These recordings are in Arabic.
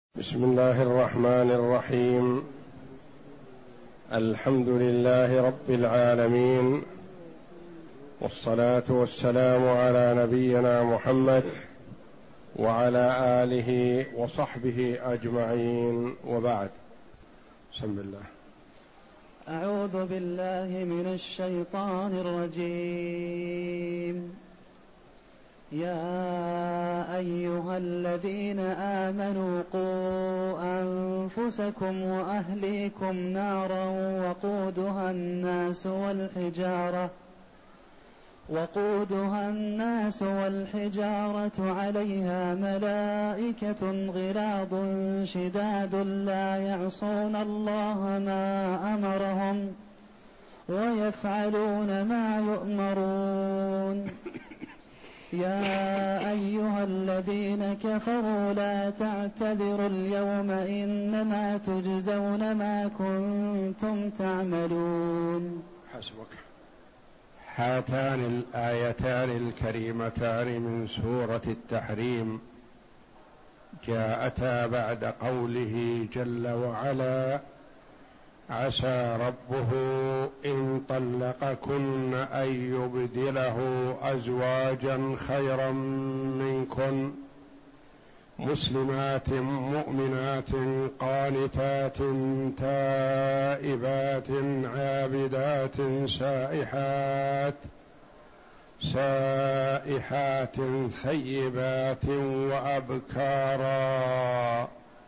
بسم الله الرحمن الرحيم. الحمد لله رب العالمين، والصلاة والسلام على نبينا محمد وعلى آله وصحبه أجمعين، وبعد. بسم الله. أعوذ بالله من الشيطان الرجيم. يا أيها الذين آمنوا قوا أنفسكم وأهليكم نارا وقودها الناس والحجارة عليها ملائكة غلاظ شداد لا يعصون الله ما أمرهم ويفعلون ما يؤمرون. يا أيها الذين كفروا لا تعتذروا اليوم إنما تجزون ما كنتم تعملون. حسبك. هاتان الآيتان الكريمتان من سورة التحريم جاءتا بعد قوله جل وعلا: عسى ربه إن طلقكن أن يبدله أزواجا خيرا منكن مسلمات مؤمنات قانتات تائبات عابدات سائحات ثيبات وأبكارا.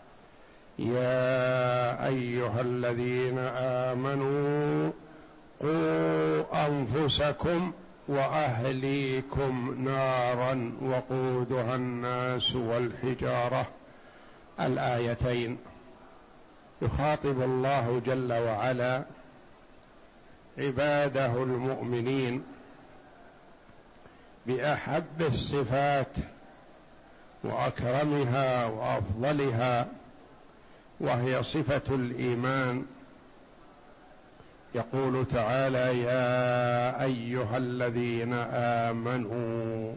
يا أيها الذين آمنوا قوا أنفسكم وأهليكم نارا وقودها الناس والحجارة. الآيتين يخاطب الله جل وعلا عباده المؤمنين بأحب الصفات وأكرمها وأفضلها، وهي صفة الإيمان. يقول تعالى: يا أيها الذين آمنوا.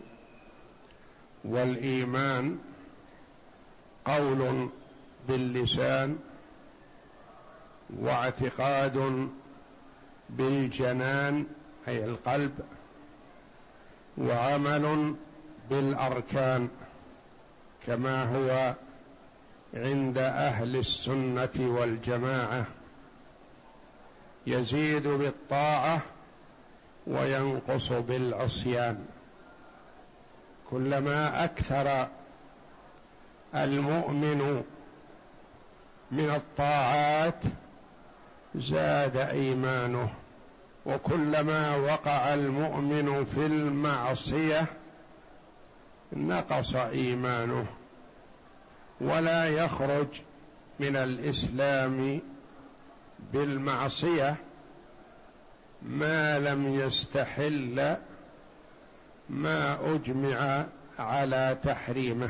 والإيمان قول باللسان واعتقاد بالجنان أي القلب، وعمل بالأركان كما هو عند أهل السنة والجماعة، يزيد بالطاعة وينقص بالعصيان. كلما أكثر المؤمن من الطاعات زاد إيمانه، وكلما وقع المؤمن في المعصية نقص إيمانه، ولا يخرج من الإسلام بالمعصية ما لم يستحل ما أجمع على تحريمه.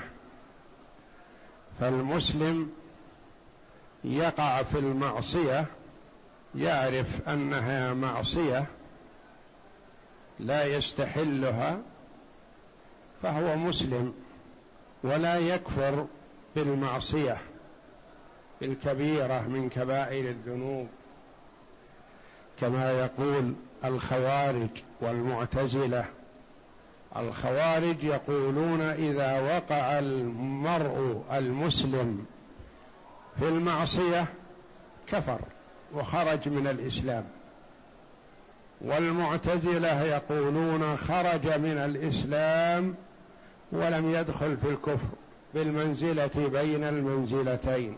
فالمسلم يقع في المعصية يعرف أنها معصية لا يستحلها فهو مسلم، ولا يكفر بالمعصية الكبيرة من كبائر الذنوب، كما يقول الخوارج والمعتزلة. الخوارج يقولون إذا وقع المرء المسلم في المعصية كفر وخرج من الإسلام، والمعتزلة يقولون خرج من الإسلام ولم يدخل في الكفر، بالمنزلة بين المنزلتين.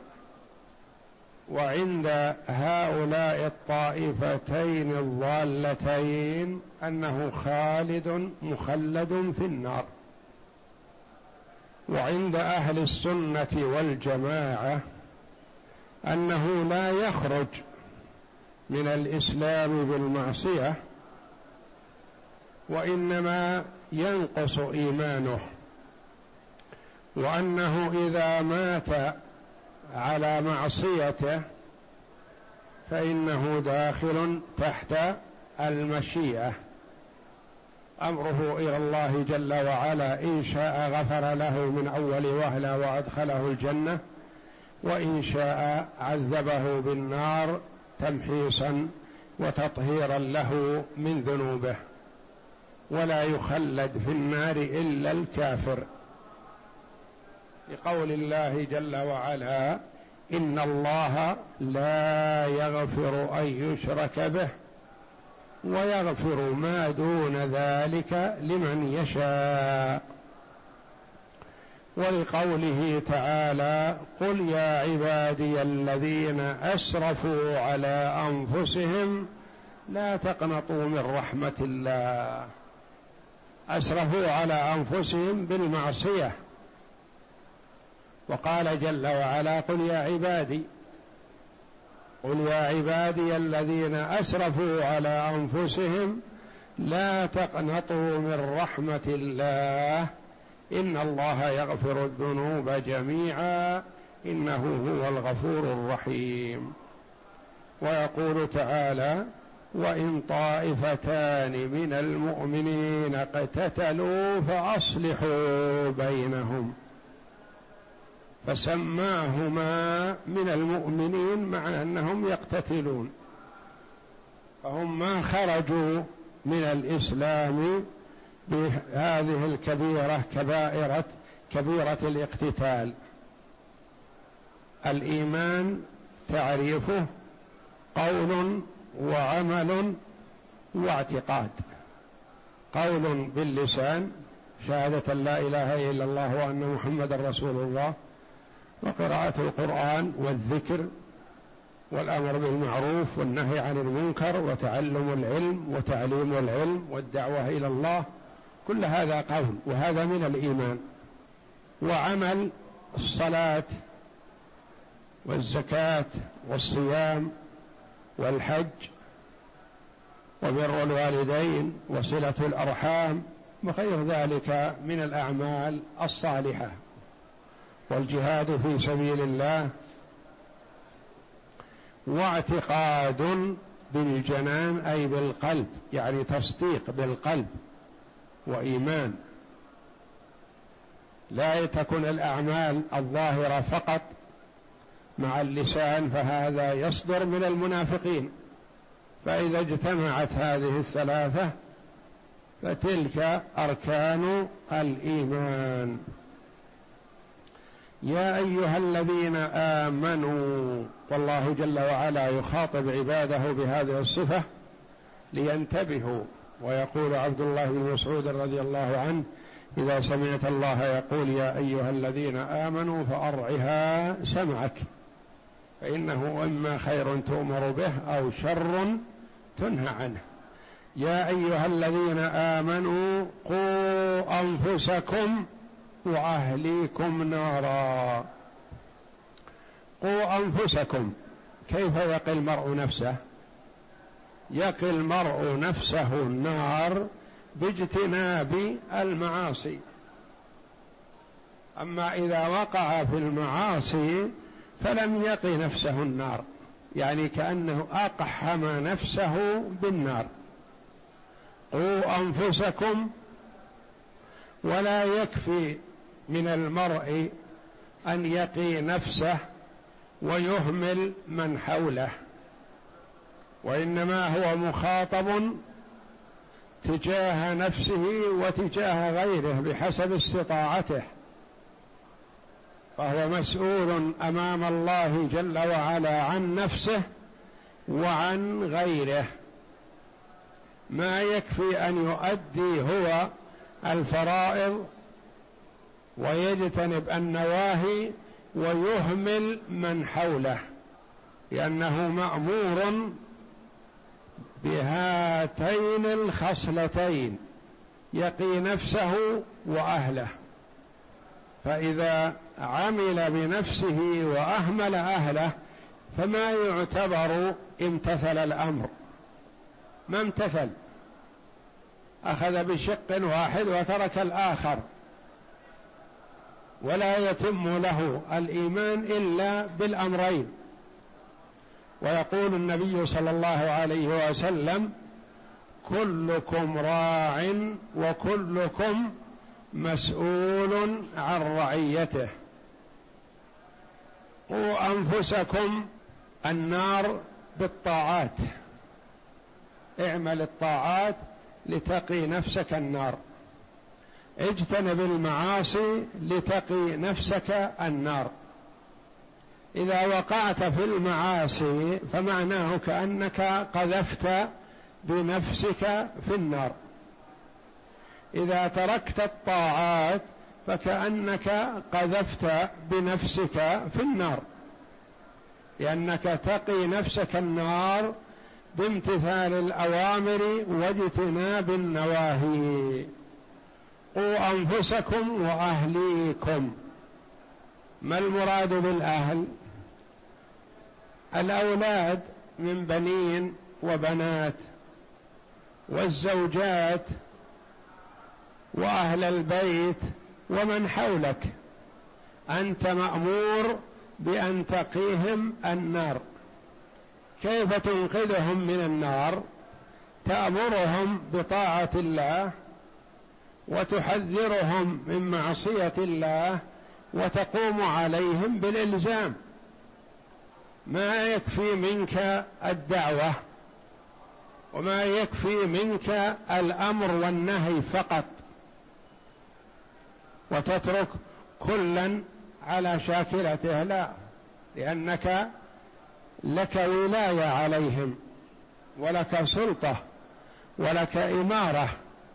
وعند هؤلاء الطائفتين الضالتين أنه مخلد في النار. وعند أهل السنة والجماعة أنه لا يخرج من الإسلام بالمعصية، وإنما ينقص إيمانه، وأنه إذا مات على معصيته فإنه داخل تحت المشيئة، أمره إلى الله جل وعلا، إن شاء غفر له من أول وهلة وأدخله الجنة، وإن شاء عذبه بالنار تمحيصا وتطهيرا له من ذنوبه، ولا يخلد في النار إلا الكافر، لقول الله جل وعلا: إن الله لا يغفر أن يشرك به ويغفر ما دون ذلك لمن يشاء. ولقوله تعالى: قل يا عبادي الذين أسرفوا على أنفسهم لا تقنطوا من رحمة الله. أسرفوا على أنفسهم بالمعصية، وقال جل وعلا: قل يا عبادي، قل يا عبادي الذين أسرفوا على أنفسهم لا تقنطوا من رحمة الله إن الله يغفر الذنوب جميعا إنه هو الغفور الرحيم. ويقول تعالى: وإن طائفتان من المؤمنين اقتتلوا فأصلحوا بينهم، فسماهما من المؤمنين مع أنهم يقتتلون، فهم ما خرجوا من الإسلام بهذه الكبيرة كبيرة الاقتتال. الإيمان تعريفه قول وعمل واعتقاد. قول باللسان شهادة لا إله إلا الله وأن محمد رسول الله، وقراءة القرآن والذكر والأمر بالمعروف والنهي عن المنكر وتعلم العلم وتعليم العلم والدعوة إلى الله، كل هذا قول، وهذا من الإيمان. وعمل الصلاة والزكاة والصيام والحج وبر الوالدين وصلة الأرحام وغير ذلك من الأعمال الصالحة، والجهاد في سبيل الله. واعتقاد بالجنان أي بالقلب، يعني تصديق بالقلب وإيمان، لا تكن الأعمال الظاهرة فقط مع اللسان، فهذا يصدر من المنافقين. فإذا اجتمعت هذه الثلاثة فتلك أركان الإيمان. يا أيها الذين آمنوا، والله جل وعلا يخاطب عباده بهذه الصفة لينتبهوا. ويقول عبد الله بن مسعود رضي الله عنه: إذا سمعت الله يقول يا أيها الذين آمنوا فأرعها سمعك، فإنه إما خير تؤمر به أو شر تنهى عنه. يا أيها الذين آمنوا قوا أنفسكم وأهليكم نارا. قوا أنفسكم، كيف يقي المرء نفسه؟ يقي المرء نفسه النار باجتناب المعاصي. أما إذا وقع في المعاصي فلم يقي نفسه النار، يعني كأنه أقحم نفسه بالنار. قوا أنفسكم، ولا يكفي من المرء أن يقي نفسه ويهمل من حوله، وإنما هو مخاطب تجاه نفسه وتجاه غيره بحسب استطاعته، فهو مسؤول أمام الله جل وعلا عن نفسه وعن غيره. ما يكفي أن يؤدي هو الفرائض ويجتنب النواهي ويهمل من حوله، لأنه مأمور بهاتين الخصلتين: يقي نفسه وأهله. فإذا عمل بنفسه وأهمل أهله فما يعتبر امتثل الأمر، ما امتثل، أخذ بشق واحد وترك الآخر، ولا يتم له الإيمان إلا بالأمرين. ويقول النبي صلى الله عليه وسلم: كلكم راع وكلكم مسؤول عن رعيته. قوا أنفسكم النار بالطاعات، اعمل الطاعات لتقي نفسك النار، اجتنب المعاصي لتقي نفسك النار. إذا وقعت في المعاصي فمعناه كأنك قذفت بنفسك في النار، إذا تركت الطاعات فكأنك قذفت بنفسك في النار، لأنك تقي نفسك النار بامتثال الأوامر واجتناب النواهي. قوا أنفسكم وأهليكم. ما المراد بالأهل؟ الأولاد من بنين وبنات والزوجات وأهل البيت ومن حولك، أنت مأمور بأن تقيهم النار. كيف تنقذهم من النار؟ تأمرهم بطاعة الله وتحذرهم من معصية الله وتقوم عليهم بالإلزام. ما يكفي منك الدعوة وما يكفي منك الأمر والنهي فقط، وتترك كلا على شاكلته، لا، لأنك لك ولاية عليهم ولك سلطة ولك إمارة.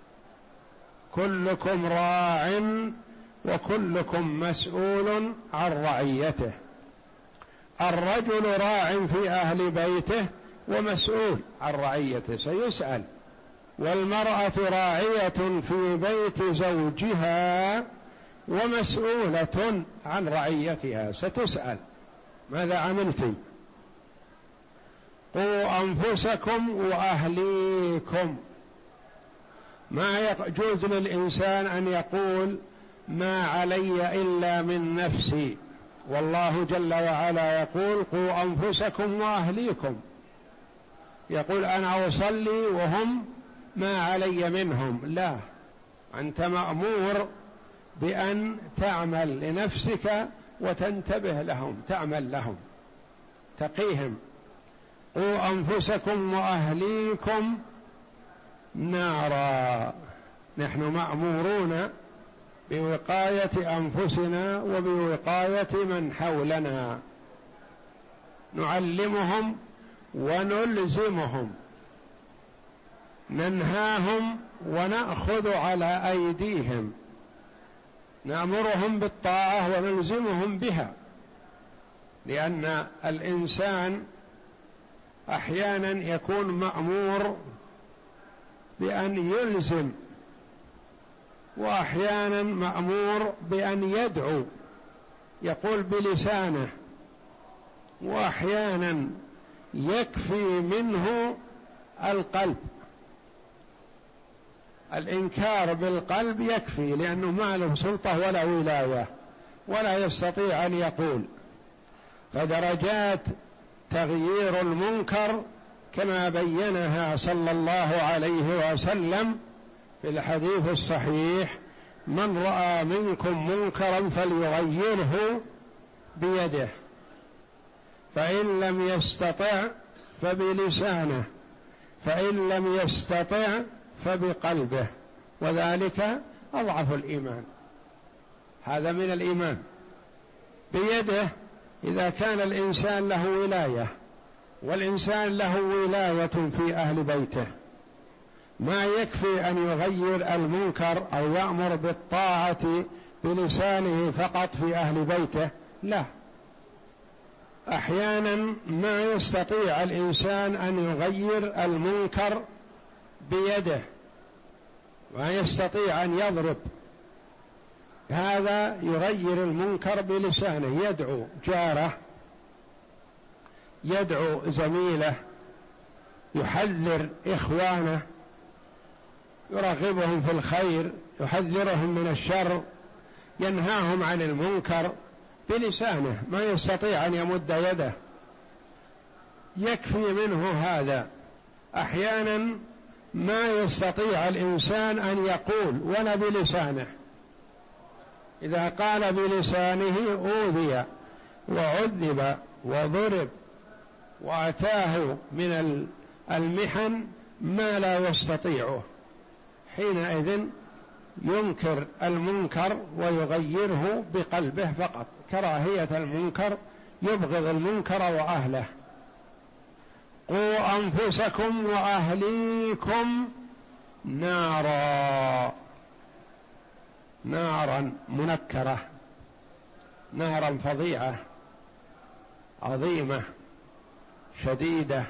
كلكم راع وكلكم مسؤول عن رعيته. الرجل راع في أهل بيته ومسؤول عن رعيته، سيسأل. والمرأة راعية في بيت زوجها ومسؤولة عن رعيتها، ستسأل ماذا عملت. قوا أنفسكم وأهليكم. ما يجوز للإنسان أن يقول ما علي إلا من نفسي، والله جل وعلا يقول قوا أنفسكم وأهليكم. يقول أنا أصلي وهم ما علي منهم، لا، أنت مأمور بأن تعمل لنفسك وتنتبه لهم، تعمل لهم، تقيهم. قوا أنفسكم وأهليكم نارا. نحن مأمورون بوقاية أنفسنا وبوقاية من حولنا، نعلمهم ونلزمهم، ننهاهم ونأخذ على أيديهم، نأمرهم بالطاعة ونلزمهم بها. لأن الإنسان أحيانا يكون مأمور بأن يلزم، وأحيانا مأمور بأن يدعو يقول بلسانه، وأحيانا يكفي منه القلب، الإنكار بالقلب يكفي، لأنه ما له سلطة ولا ولاية ولا يستطيع أن يقول. فدرجات تغيير المنكر كما بينها صلى الله عليه وسلم في الحديث الصحيح: من رأى منكم منكرا فليغيره بيده، فإن لم يستطع فبلسانه، فإن لم يستطع فبقلبه، وذلك أضعف الإيمان. هذا من الإيمان. بيده إذا كان الإنسان له ولاية، والإنسان له ولاية في أهل بيته، ما يكفي أن يغير المنكر أو يأمر بالطاعة بلسانه فقط في أهل بيته، لا، أحيانا ما يستطيع الإنسان أن يغير المنكر بيده، ما يستطيع أن يضرب، هذا يغير المنكر بلسانه، يدعو جاره، يدعو زميله، يحذر إخوانه، يرغبهم في الخير، يحذرهم من الشر، ينهاهم عن المنكر بلسانه، ما يستطيع أن يمد يده، يكفي منه هذا. أحيانا ما يستطيع الإنسان أن يقول ولا بلسانه، إذا قال بلسانه أوذي، وعذب وضرب وأتاه من المحن ما لا يستطيعه، حينئذ ينكر المنكر ويغيره بقلبه فقط، كراهية المنكر، يبغض المنكر وأهله. قوا أنفسكم وأهليكم نارا، نارا منكرة، نارا فظيعة عظيمة شديدة،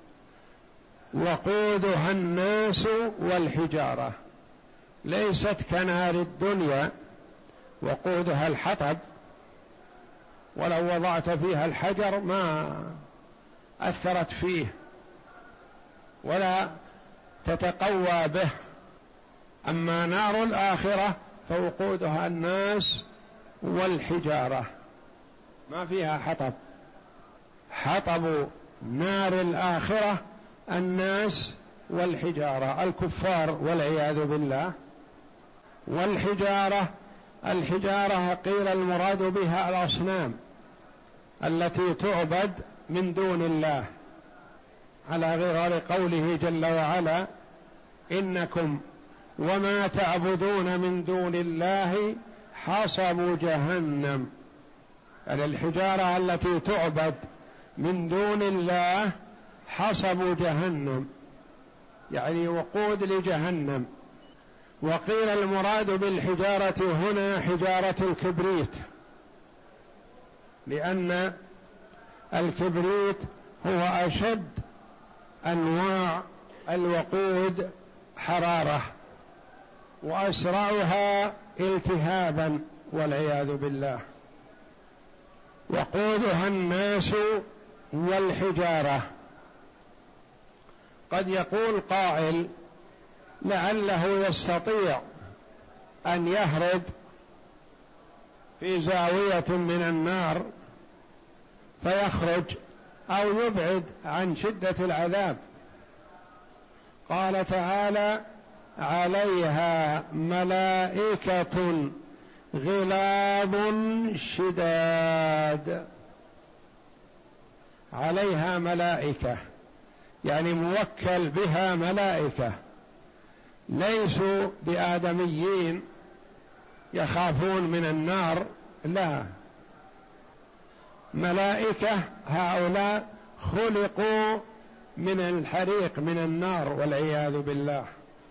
وقودها الناس والحجارة، ليست كنار الدنيا وقودها الحطب، ولو وضعت فيها الحجر ما أثرت فيه ولا تتقوى به. أما نار الآخرة فوقودها الناس والحجارة، ما فيها حطب. حطب نار الآخرة الناس والحجارة، الكفار والعياذ بالله. والحجارة، الحجارة قيل المراد بها الأصنام التي تعبد من دون الله، على غير قوله جل وعلا: إنكم وما تعبدون من دون الله حصب جهنم. يعني الحجارة التي تعبد من دون الله حصب جهنم، يعني وقود لجهنم. وقيل المراد بالحجارة هنا حجارة الكبريت، لأن الكبريت هو أشد أنواع الوقود حرارة وأسرعها التهابا والعياذ بالله. وقودها الناس والحجارة. قد يقول قائل: لعله يستطيع أن يهرب في زاوية من النار فيخرج أو يبعد عن شدة العذاب. قال تعالى: عليها ملائكة غلاظ شداد. عليها ملائكة يعني موكل بها ملائكة، ليسوا بآدميين يخافون من النار، لا، ملائكة هؤلاء خلقوا من الحريق، من النار والعياذ بالله.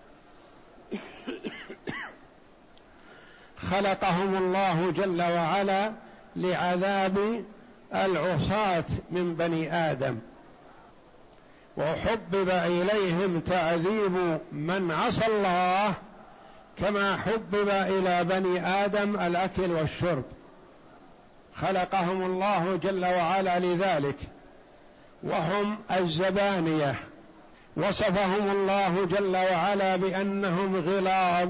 خلقهم الله جل وعلا لعذاب العصاة من بني آدم، وحبب إليهم تعذيب من عصى الله كما حبب إلى بني آدم الأكل والشرب. خلقهم الله جل وعلا لذلك، وهم الزبانية. وصفهم الله جل وعلا بأنهم غلاظ،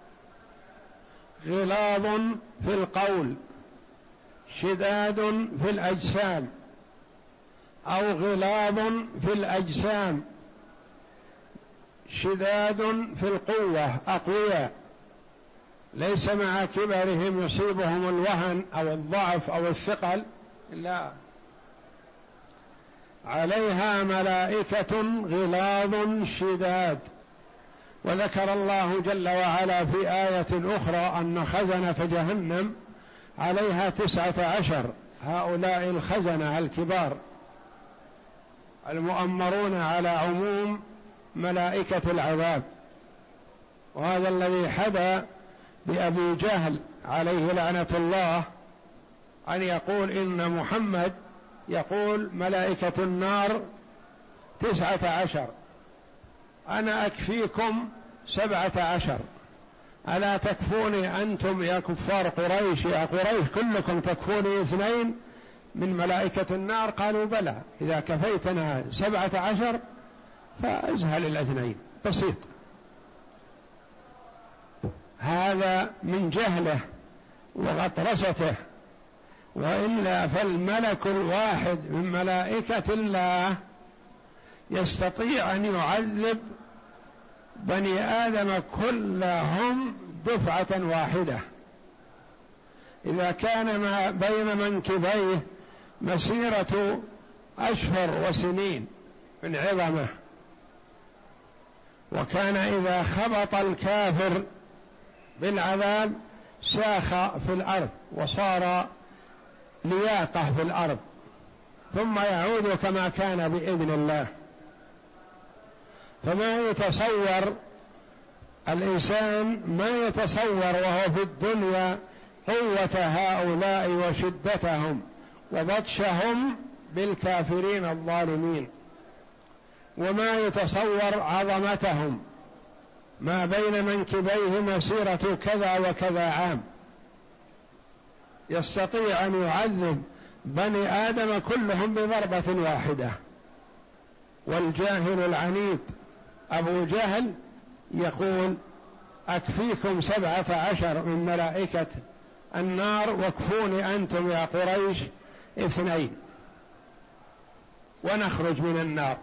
غلاظ في القول، شداد في الأجسام، أو غلاظ في الأجسام، شداد في القوة، أقوياء، ليس مع كبرهم يصيبهم الوهن أو الضعف أو الثقل، لا، عليها ملائكة غلاظ شداد. وذكر الله جل وعلا في آية أخرى أن خزنة جهنم عليها 19، هؤلاء الخزنة الكبار المؤمرون على عموم ملائكة العذاب. وهذا الذي حدا بأبي جهل عليه لعنة الله أن يقول إن محمد يقول ملائكة النار 19، أنا أكفيكم 17، ألا تكفوني أنتم يا كفار قريش، يا قريش كلكم تكفوني 2 من ملائكة النار؟ قالوا بلى، إذا كفيتنا 17 فازهل 2، بسيط. هذا من جهله وغطرسته، وإلا فالملك الواحد من ملائكة الله يستطيع أن يعذب بني آدم كلهم دفعة واحدة. إذا كان ما بين منكبيه مسيرة أشهر وسنين من عظمه. وكان إذا خبط الكافر بالعذاب ساخ في الأرض وصار لياقة في الأرض، ثم يعود كما كان بإذن الله. فما يتصور الإنسان، ما يتصور وهو في الدنيا قوة هؤلاء وشدتهم وبطشهم بالكافرين الظالمين، وما يتصور عظمتهم، ما بين منكبيه مسيرة كذا وكذا عام، يستطيع أن يعذب بني آدم كلهم بضربة واحدة. والجاهل العنيد أبو جهل يقول: أكفيكم 17 من ملائكة النار واكفوني أنتم يا قريش 2 ونخرج من النار.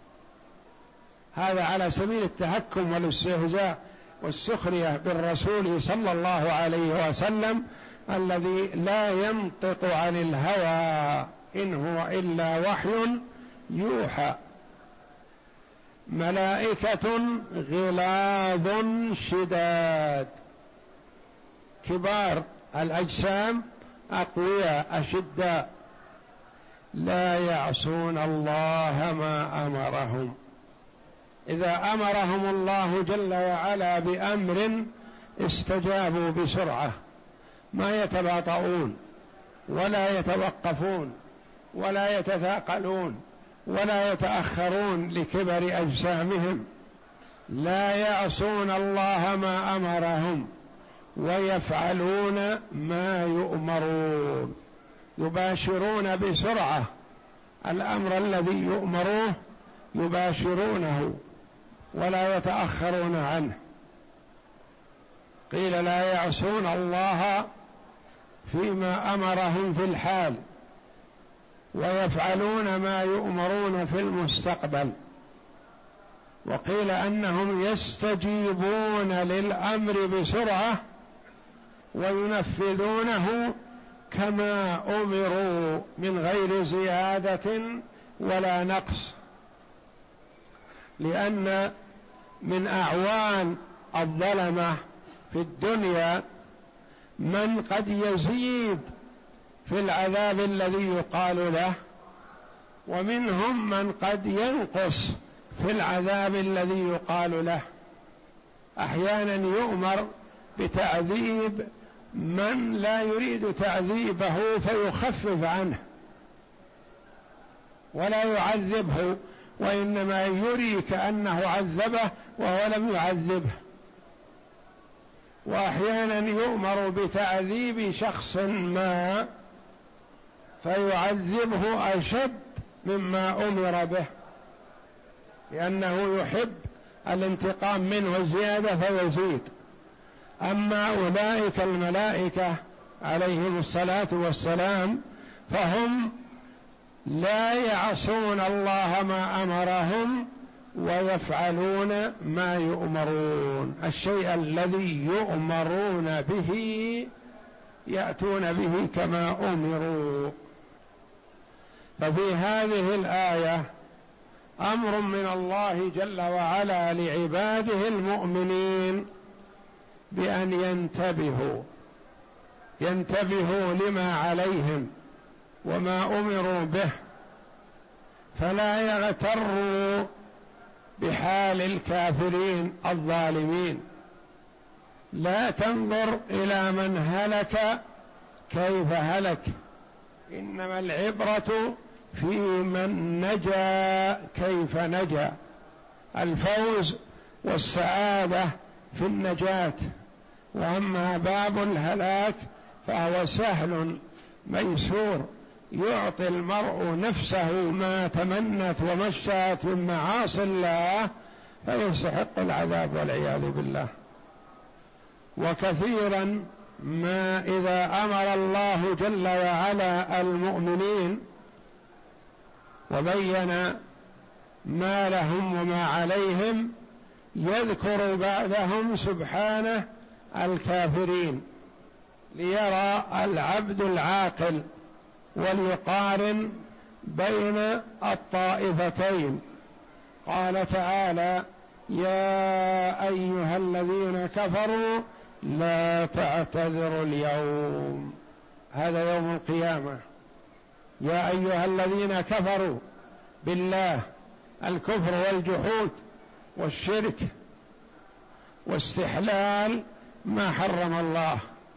هذا على سبيل التهكم والاستهزاء والسخرية بالرسول صلى الله عليه وسلم الذي لا ينطق عن الهوى إن هو إلا وحي يوحى. ملائكة غلاظ شداد، كبار الأجسام، أقوياء أشداء، لا يعصون الله ما أمرهم. إذا أمرهم الله جل وعلا بأمر استجابوا بسرعة، ما يتباطؤون ولا يتوقفون ولا يتثاقلون ولا يتأخرون لكبر أجسامهم. لا يعصون الله ما أمرهم ويفعلون ما يؤمرون، يباشرون بسرعة الأمر الذي يؤمروه، يباشرونه ولا يتأخرون عنه. قيل: لا يعصون الله فيما أمرهم في الحال ويفعلون ما يؤمرون في المستقبل. وقيل أنهم يستجيبون للأمر بسرعة وينفذونه كما أمروا من غير زيادة ولا نقص، لأن من أعوان الظلمة في الدنيا من قد يزيد في العذاب الذي يقال له، ومنهم من قد ينقص في العذاب الذي يقال له. أحيانا يؤمر بتعذيب من لا يريد تعذيبه فيخفف عنه ولا يعذبه، وإنما يري كأنه عذبه وهو لم يعذبه. وأحيانا يؤمر بتعذيب شخص ما فيعذبه أشد مما أمر به، لأنه يحب الانتقام منه زيادة فيزيد. أما أولئك الملائكة عليهم الصلاة والسلام فهم لا يعصون الله ما أمرهم ويفعلون ما يؤمرون. الشيء الذي يؤمرون به يأتون به كما أمروا. ففي هذه الآية أمر من الله جل وعلا لعباده المؤمنين بأن ينتبهوا لما عليهم وما أمروا به، فلا يغتروا بحال الكافرين الظالمين. لا تنظر إلى من هلك كيف هلك، إنما العبرة في من نجا كيف نجا. الفوز والسعادة في النجاة، وأما باب الهلاك فهو سهل ميسور، يعطي المرء نفسه ما تمنت وما اشتهت من معاصي الله فيستحق العذاب والعياذ بالله. وكثيرا ما إذا أمر الله جل وعلا المؤمنين وبين ما لهم وما عليهم يذكر بعدهم سبحانه الكافرين، ليرى العبد العاقل وليقارن بين الطائفتين. قال تعالى: يا أيها الذين كفروا لا تعتذروا اليوم، هذا يوم القيامة. يا أيها الذين كفروا بالله، الكفر والجحود والشرك واستحلال ما حرم الله،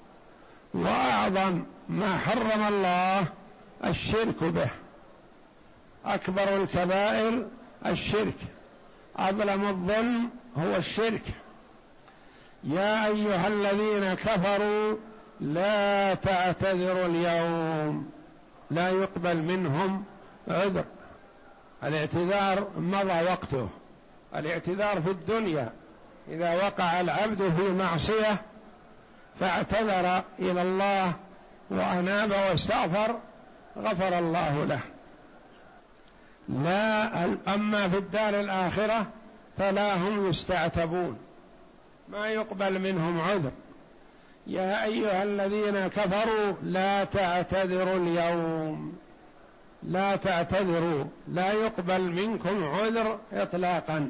وأعظم ما حرم الله الشرك به، أكبر الكبائر الشرك، أظلم الظلم هو الشرك. يا أيها الذين كفروا لا تعتذروا اليوم، لا يقبل منهم عذر. الاعتذار مضى وقته. الاعتذار في الدنيا إذا وقع العبد في معصية فاعتذر إلى الله وأناب واستغفر غفر الله له. لا، أما في الدار الآخرة فلا هم يستعتبون، ما يقبل منهم عذر. يا أيها الذين كفروا لا تعتذروا اليوم، لا تعتذروا، لا يقبل منكم عذر إطلاقا،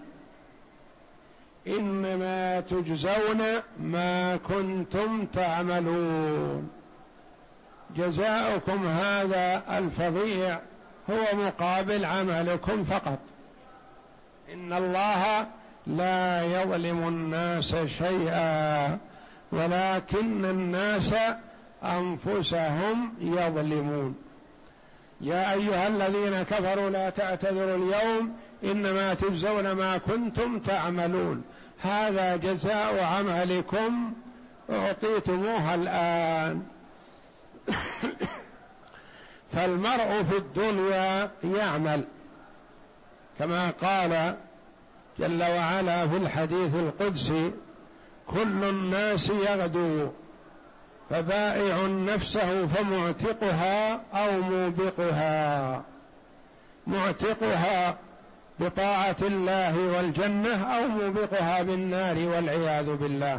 إنما تجزون ما كنتم تعملون. جزاؤكم هذا الفظيع هو مقابل عملكم فقط. إن الله لا يظلم الناس شيئا ولكن الناس أنفسهم يظلمون. يا أيها الذين كفروا لا تعتذروا اليوم إنما تجزون ما كنتم تعملون، هذا جزاء عملكم أعطيتموها الآن. فالمرء في الدنيا يعمل كما قال جل وعلا في الحديث القدسي: كل الناس يغدو فبائع نفسه فمعتقها أو موبقها، معتقها بطاعة الله والجنة أو موبقها بالنار والعياذ بالله.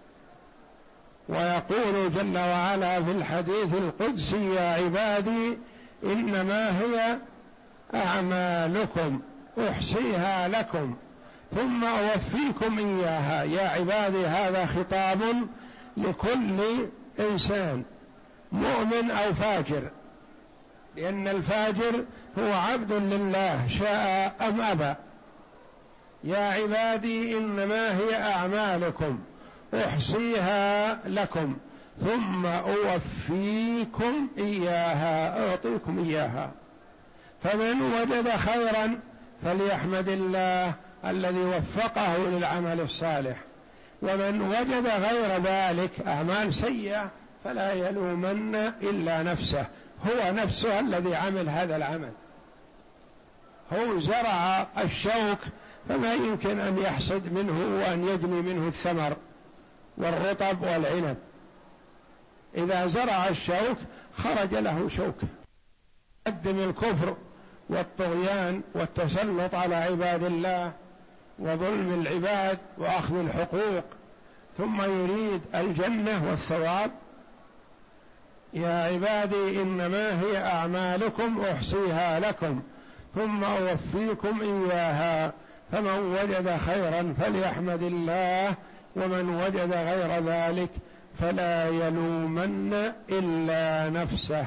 ويقول جل وعلا في الحديث القدسي: يا عبادي إنما هي أعمالكم أحصيها لكم ثم أوفيكم إياها. يا عبادي هذا خطاب لكل إنسان مؤمن أو فاجر، لأن الفاجر هو عبد لله شاء أم أبى. يا عبادي إنما هي أعمالكم أحصيها لكم ثم أوفيكم إياها، أعطيكم إياها. فمن وجد خيرا فليحمد الله الذي وفقه للعمل الصالح، ومن وجد غير ذلك أعمال سيئة فلا يلومن إلا نفسه، هو نفسه الذي عمل هذا العمل. هو زرع الشوك فما يمكن أن يحصد منه وأن يجني منه الثمر والرطب والعنب. إذا زرع الشوك خرج له شوك. قدم الكفر والطغيان والتسلط على عباد الله وظلم العباد وأخذ الحقوق، ثم يريد الجنة والثواب. يا عبادي إنما هي أعمالكم أحصيها لكم ثم أوفيكم إياها، فمن وجد خيرا فليحمد الله ومن وجد غير ذلك فلا يلومن إلا نفسه.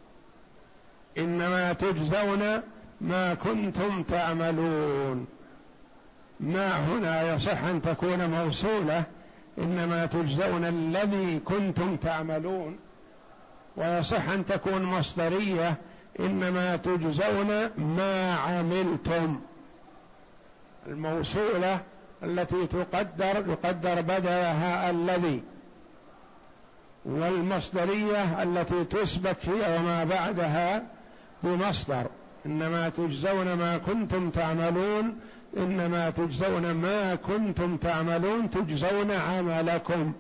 إنما تجزون ما كنتم تعملون. ما هنا يصح أن تكون موصولة، إنما تجزون الذي كنتم تعملون، ويصح أن تكون مصدرية، إنما تجزون ما عملتم. الموصولة التي يقدر بدلها الذي، والمصدرية التي تثبت هي وما بعدها بمصدر. إنما تجزون ما كنتم تعملون، إنما تجزون ما كنتم تعملون، تجزون عملكم.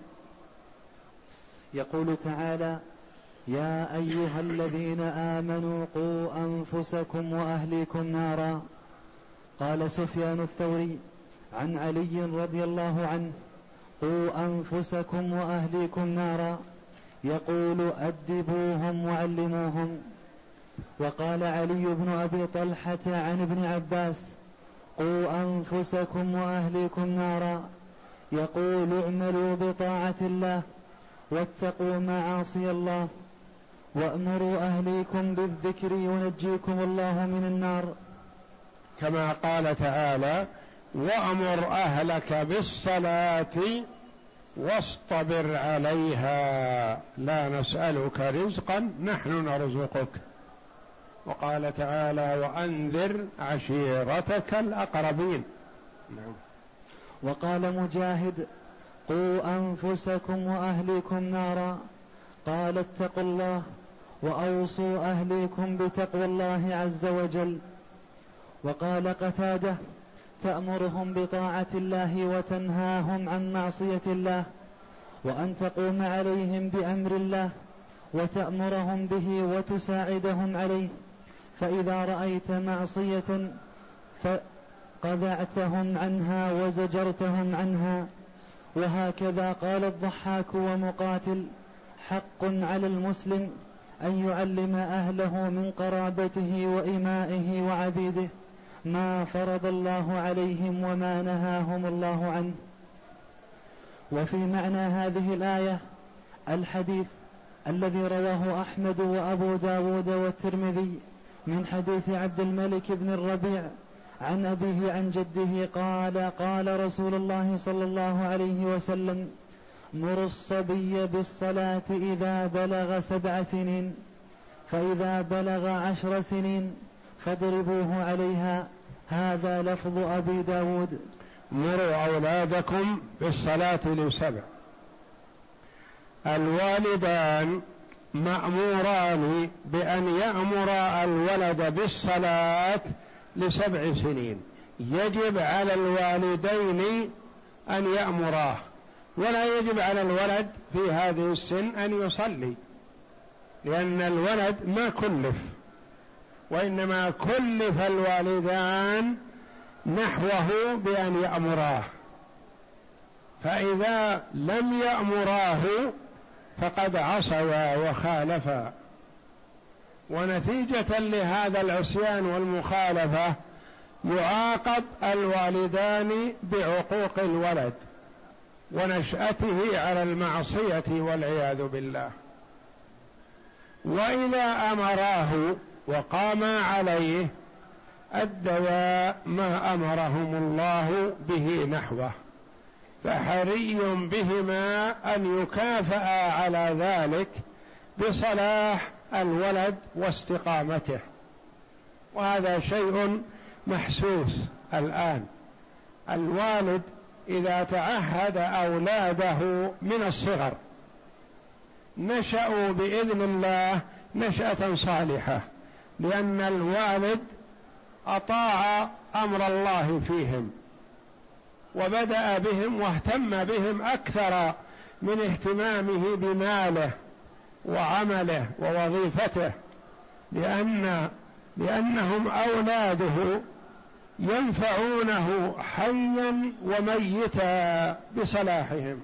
يقول تعالى: يا أيها الذين آمنوا قوا أنفسكم وأهليكم نارا. قال سفيان الثوري عن علي رضي الله عنه: قوا أنفسكم وأهليكم نارا، يقول أدبوهم وعلموهم. وقال علي بن أبي طلحة عن ابن عباس: قوا أنفسكم وأهليكم نارا، يقول: اعملوا بطاعة الله واتقوا معاصي الله، وأمروا أهليكم بالذكر ينجيكم الله من النار. كما قال تعالى: وأمر أهلك بالصلاة واصطبر عليها لا نسألك رزقا نحن نرزقك. وقال تعالى: وأنذر عشيرتك الأقربين. نعم. وقال مجاهد: قوا أنفسكم وأهليكم نارا، قال: اتقوا الله وأوصوا أهليكم بتقوى الله عز وجل. وقال قتادة: تأمرهم بطاعة الله وتنهاهم عن معصية الله، وأن تقوم عليهم بأمر الله وتأمرهم به وتساعدهم عليه، فإذا رأيت معصية فقذعتهم عنها وزجرتهم عنها. وهكذا قال الضحاك ومقاتل: حق على المسلم أن يعلم أهله من قرابته وإمائه وعبيده ما فرض الله عليهم وما نهاهم الله عنه. وفي معنى هذه الآية الحديث الذي رواه أحمد وأبو داود والترمذي من حديث عبد الملك بن الربيع عن أبيه عن جده قال: قال رسول الله صلى الله عليه وسلم: مروا الصبي بالصلاة إذا بلغ 7 سنين، فإذا بلغ 10 سنين فاضربوه عليها. هذا لفظ أبي داود. مروا أولادكم بالصلاة ل7. الوالدان مأموران بأن يأمر الولد بالصلاة ل7 سنين. يجب على الوالدين أن يأمراه، ولا يجب على الولد في هذه السن أن يصلي، لأن الولد ما كلف، وإنما كلف الوالدان نحوه بأن يأمراه، فإذا لم يأمراه فقد عصيا وخالفا. ونتيجة لهذا العصيان والمخالفة يعاقب الوالدان بعقوق الولد ونشأته على المعصية والعياذ بالله. وإذا أمراه وقاما عليه أدوا ما أمرهم الله به نحوه، فحري بهما أن يكافأ على ذلك بصلاح الولد واستقامته. وهذا شيء محسوس الآن. الوالد إذا تعهد أولاده من الصغر نشأوا بإذن الله نشأة صالحة، لأن الوالد أطاع أمر الله فيهم وبدأ بهم واهتم بهم أكثر من اهتمامه بماله وعمله ووظيفته، لأنهم أولاده ينفعونه حيا وميتا بصلاحهم،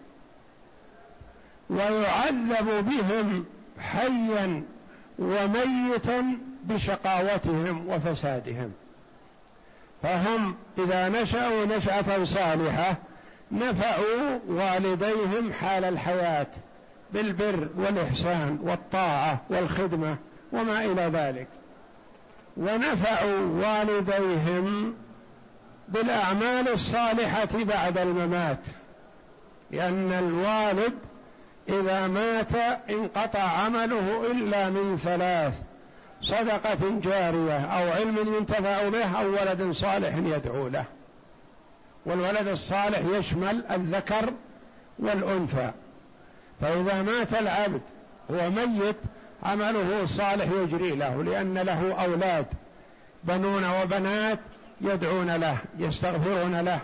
ويعذب بهم حيا وميتا بشقاوتهم وفسادهم. فهم إذا نشأوا نشأة صالحة نفعوا والديهم حال الحياة بالبر والإحسان والطاعة والخدمة وما إلى ذلك، ونفعوا والديهم بالأعمال الصالحة بعد الممات، لأن الوالد إذا مات انقطع عمله إلا من 3: صدقة جارية أو علم ينتفع به أو ولد صالح يدعو له. والولد الصالح يشمل الذكر والأنثى، فإذا مات العبد هو ميت عمله الصالح يجري له، لأن له أولاد بنون وبنات يدعون له يستغفرون له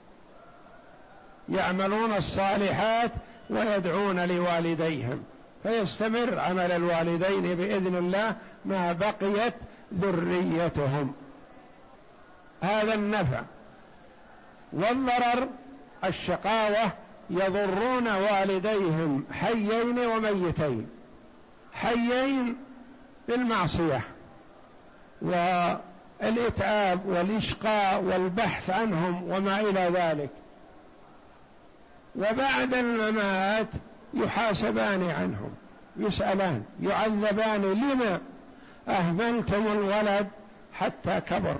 يعملون الصالحات ويدعون لوالديهم، فيستمر عمل الوالدين بإذن الله ما بقيت ذريتهم. هذا النفع. والضرر الشقاوة يضرون والديهم حيين وميتين. حيين بالمعصية والإتعاب والإشقاء والبحث عنهم وما إلى ذلك، وبعد الممات يحاسبان عنهم، يسألان يعذبان: لما أهملتم الولد حتى كبر؟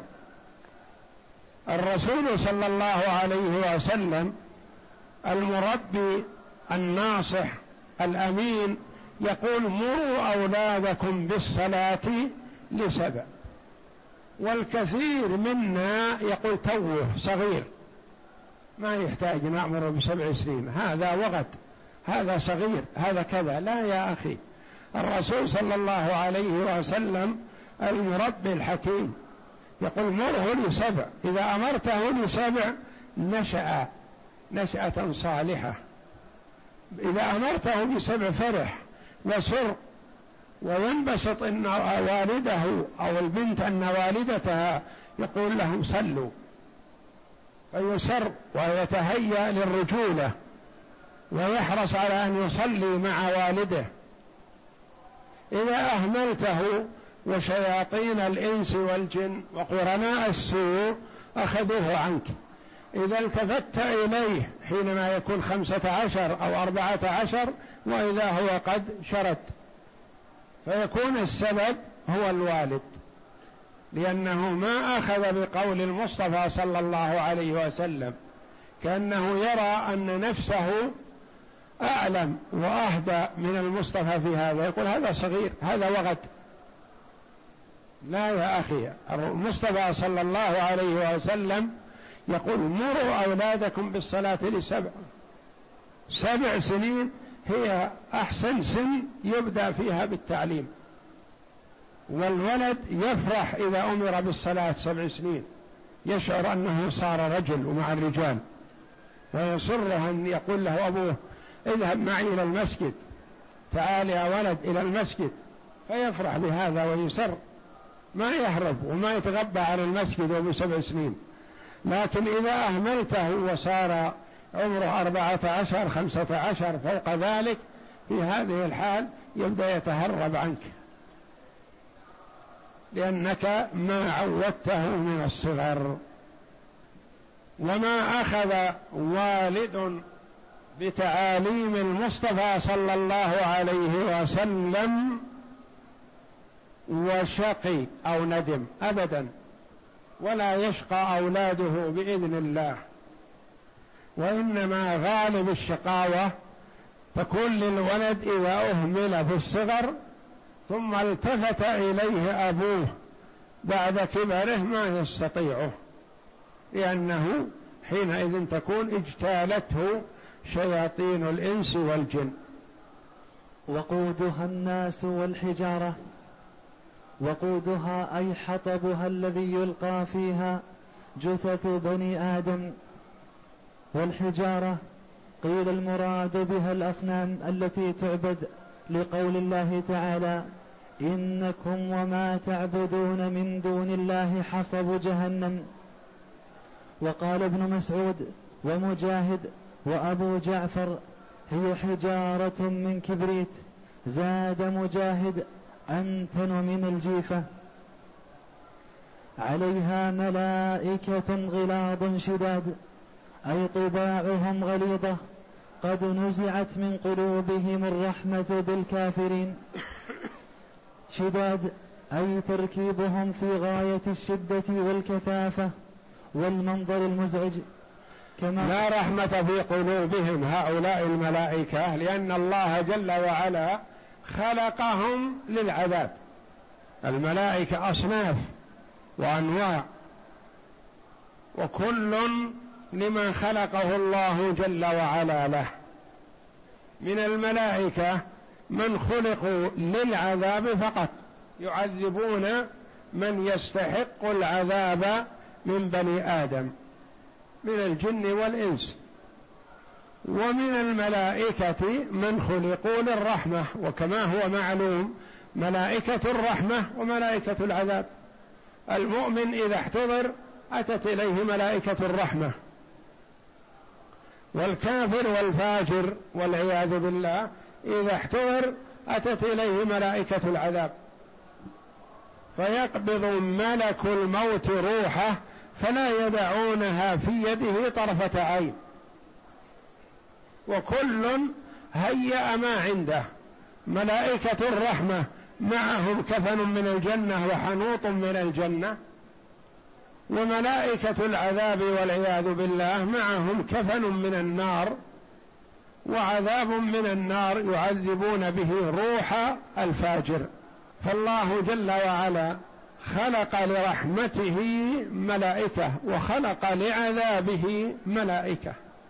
الرسول صلى الله عليه وسلم المربي الناصح الأمين يقول: مروا أولادكم بالصلاة ل7. والكثير منا يقول: توه صغير ما يحتاج نأمر ب7 سنين، هذا وقت، هذا صغير، هذا كذا. لا يا أخي، الرسول صلى الله عليه وسلم المربي الحكيم يقول: مره ل7. إذا أمرته ل7 نشأ نشأة صالحة، إذا أمرته ب7 فرح وسر وينبسط أن والده أو البنت أن والدتها يقول لهم صلوا، فيسر ويتهيأ للرجولة ويحرص على أن يصلي مع والده. إذا أهملته وشياطين الإنس والجن وقرناء السوء أخذوه عنك، إذا التفت إليه حينما يكون 15 أو 14 وإذا هو قد شرد، فيكون السبب هو الوالد، لأنه ما أخذ بقول المصطفى صلى الله عليه وسلم، كأنه يرى أن نفسه أعلم وأهدى من المصطفى في هذا، يقول: هذا صغير، هذا وغد. لا يا أخي، المصطفى صلى الله عليه وسلم يقول: مروا أولادكم بالصلاة ل7. 7 سنين هي أحسن سن يبدأ فيها بالتعليم، والولد يفرح إذا أمر بالصلاة 7 سنين، يشعر أنه صار رجل ومع الرجال، ويصره أن يقول له أبوه: اذهب معي إلى المسجد، تعال يا ولد إلى المسجد، فيفرح بهذا ويسر، ما يهرب وما يتغبى عن المسجد وب7 سنين. لكن إذا أهملته وصار عمره 14 15 فوق ذلك، في هذه الحال يبدأ يتهرب عنك، لأنك ما عودته من الصغر. وما أخذ والد بتعاليم المصطفى صلى الله عليه وسلم وشقي أو ندم أبدا، ولا يشقى أولاده بإذن الله، وإنما غالب الشقاوة تكون للولد إذا أهمل في الصغر ثم التفت إليه أبوه بعد كبره ما يستطيعه، لأنه حينئذ تكون اجتالته شياطين الإنس والجن. وقودها الناس والحجارة. وقودها أي حطبها الذي يلقى فيها جثث بني آدم. والحجارة قيل المراد بها الأصنام التي تعبد، لقول الله تعالى: إنكم وما تعبدون من دون الله حصب جهنم. وقال ابن مسعود ومجاهد وأبو جعفر: هي حجارة من كبريت. زاد مجاهد: أنتن من الجيفة. عليها ملائكة غلاظ شداد، أي طباعهم غليظة، قد نزعت من قلوبهم الرحمة بالكافرين. شداد أي تركيبهم في غاية الشدة والكثافة والمنظر المزعج. كما لا رحمة في قلوبهم هؤلاء الملائكة، لأن الله جل وعلا خلقهم للعذاب. الملائكة أصناف وأنواع، وكل لما خلقه الله جل وعلا له. من الملائكة من خلقوا للعذاب فقط، يعذبون من يستحق العذاب من بني آدم من الجن والإنس. ومن الملائكة من خلقوا للرحمة، وكما هو معلوم ملائكة الرحمة وملائكة العذاب. المؤمن إذا احتضر أتت إليه ملائكة الرحمة، والكافر والفاجر والعياذ بالله إذا احتضر أتت إليه ملائكة العذاب. فيقبض ملك الموت روحه فلا يدعونها في يده طرفة عين، وكل هيأ ما عنده. ملائكة الرحمة معهم كفن من الجنة وحنوط من الجنة، وملائكة العذاب والعياذ بالله معهم كفن من النار وعذاب من النار يعذبون به روح الفاجر. فالله جل وعلا خلق لرحمته ملائكة وخلق لعذابه ملائكة.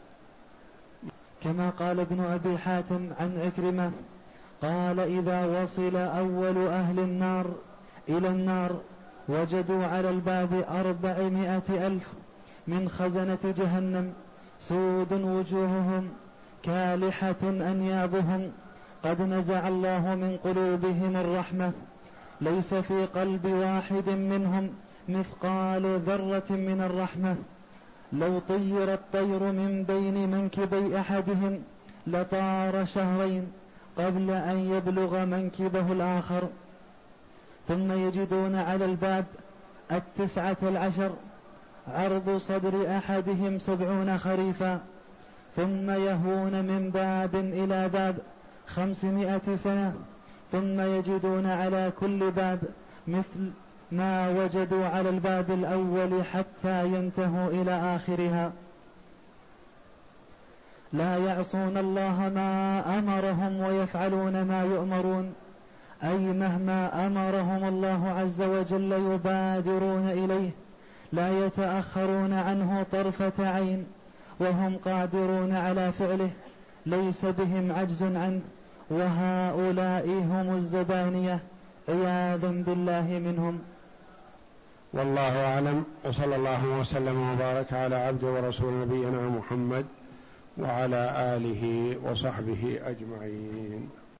كما قال ابن أبي حاتم عن عكرمة قال: إذا وصل أول أهل النار إلى النار وجدوا على الباب 400,000 من خزنة جهنم سود وجوههم كالحة أنيابهم، قد نزع الله من قلوبهم الرحمة، ليس في قلب واحد منهم مثقال ذرة من الرحمة، لو طير الطير من بين منكبي أحدهم لطار شهرين قبل أن يبلغ منكبه الآخر. ثم يجدون على الباب 19 عرض صدر أحدهم 70 خريفا، ثم يهون من باب إلى باب 500 سنة، ثم يجدون على كل باب مثل ما وجدوا على الباب الأول حتى ينتهوا إلى آخرها، لا يعصون الله ما أمرهم ويفعلون ما يؤمرون، أي مهما أمرهم الله عز وجل يبادرون إليه، لا يتأخرون عنه طرفة عين، وهم قادرون على فعله، ليس بهم عجز عنه، وهؤلاء هم الزبانية عياذا بالله منهم. والله أعلم، وصلى الله وسلم وبارك على عبده ورسول نبينا محمد وعلى آله وصحبه أجمعين.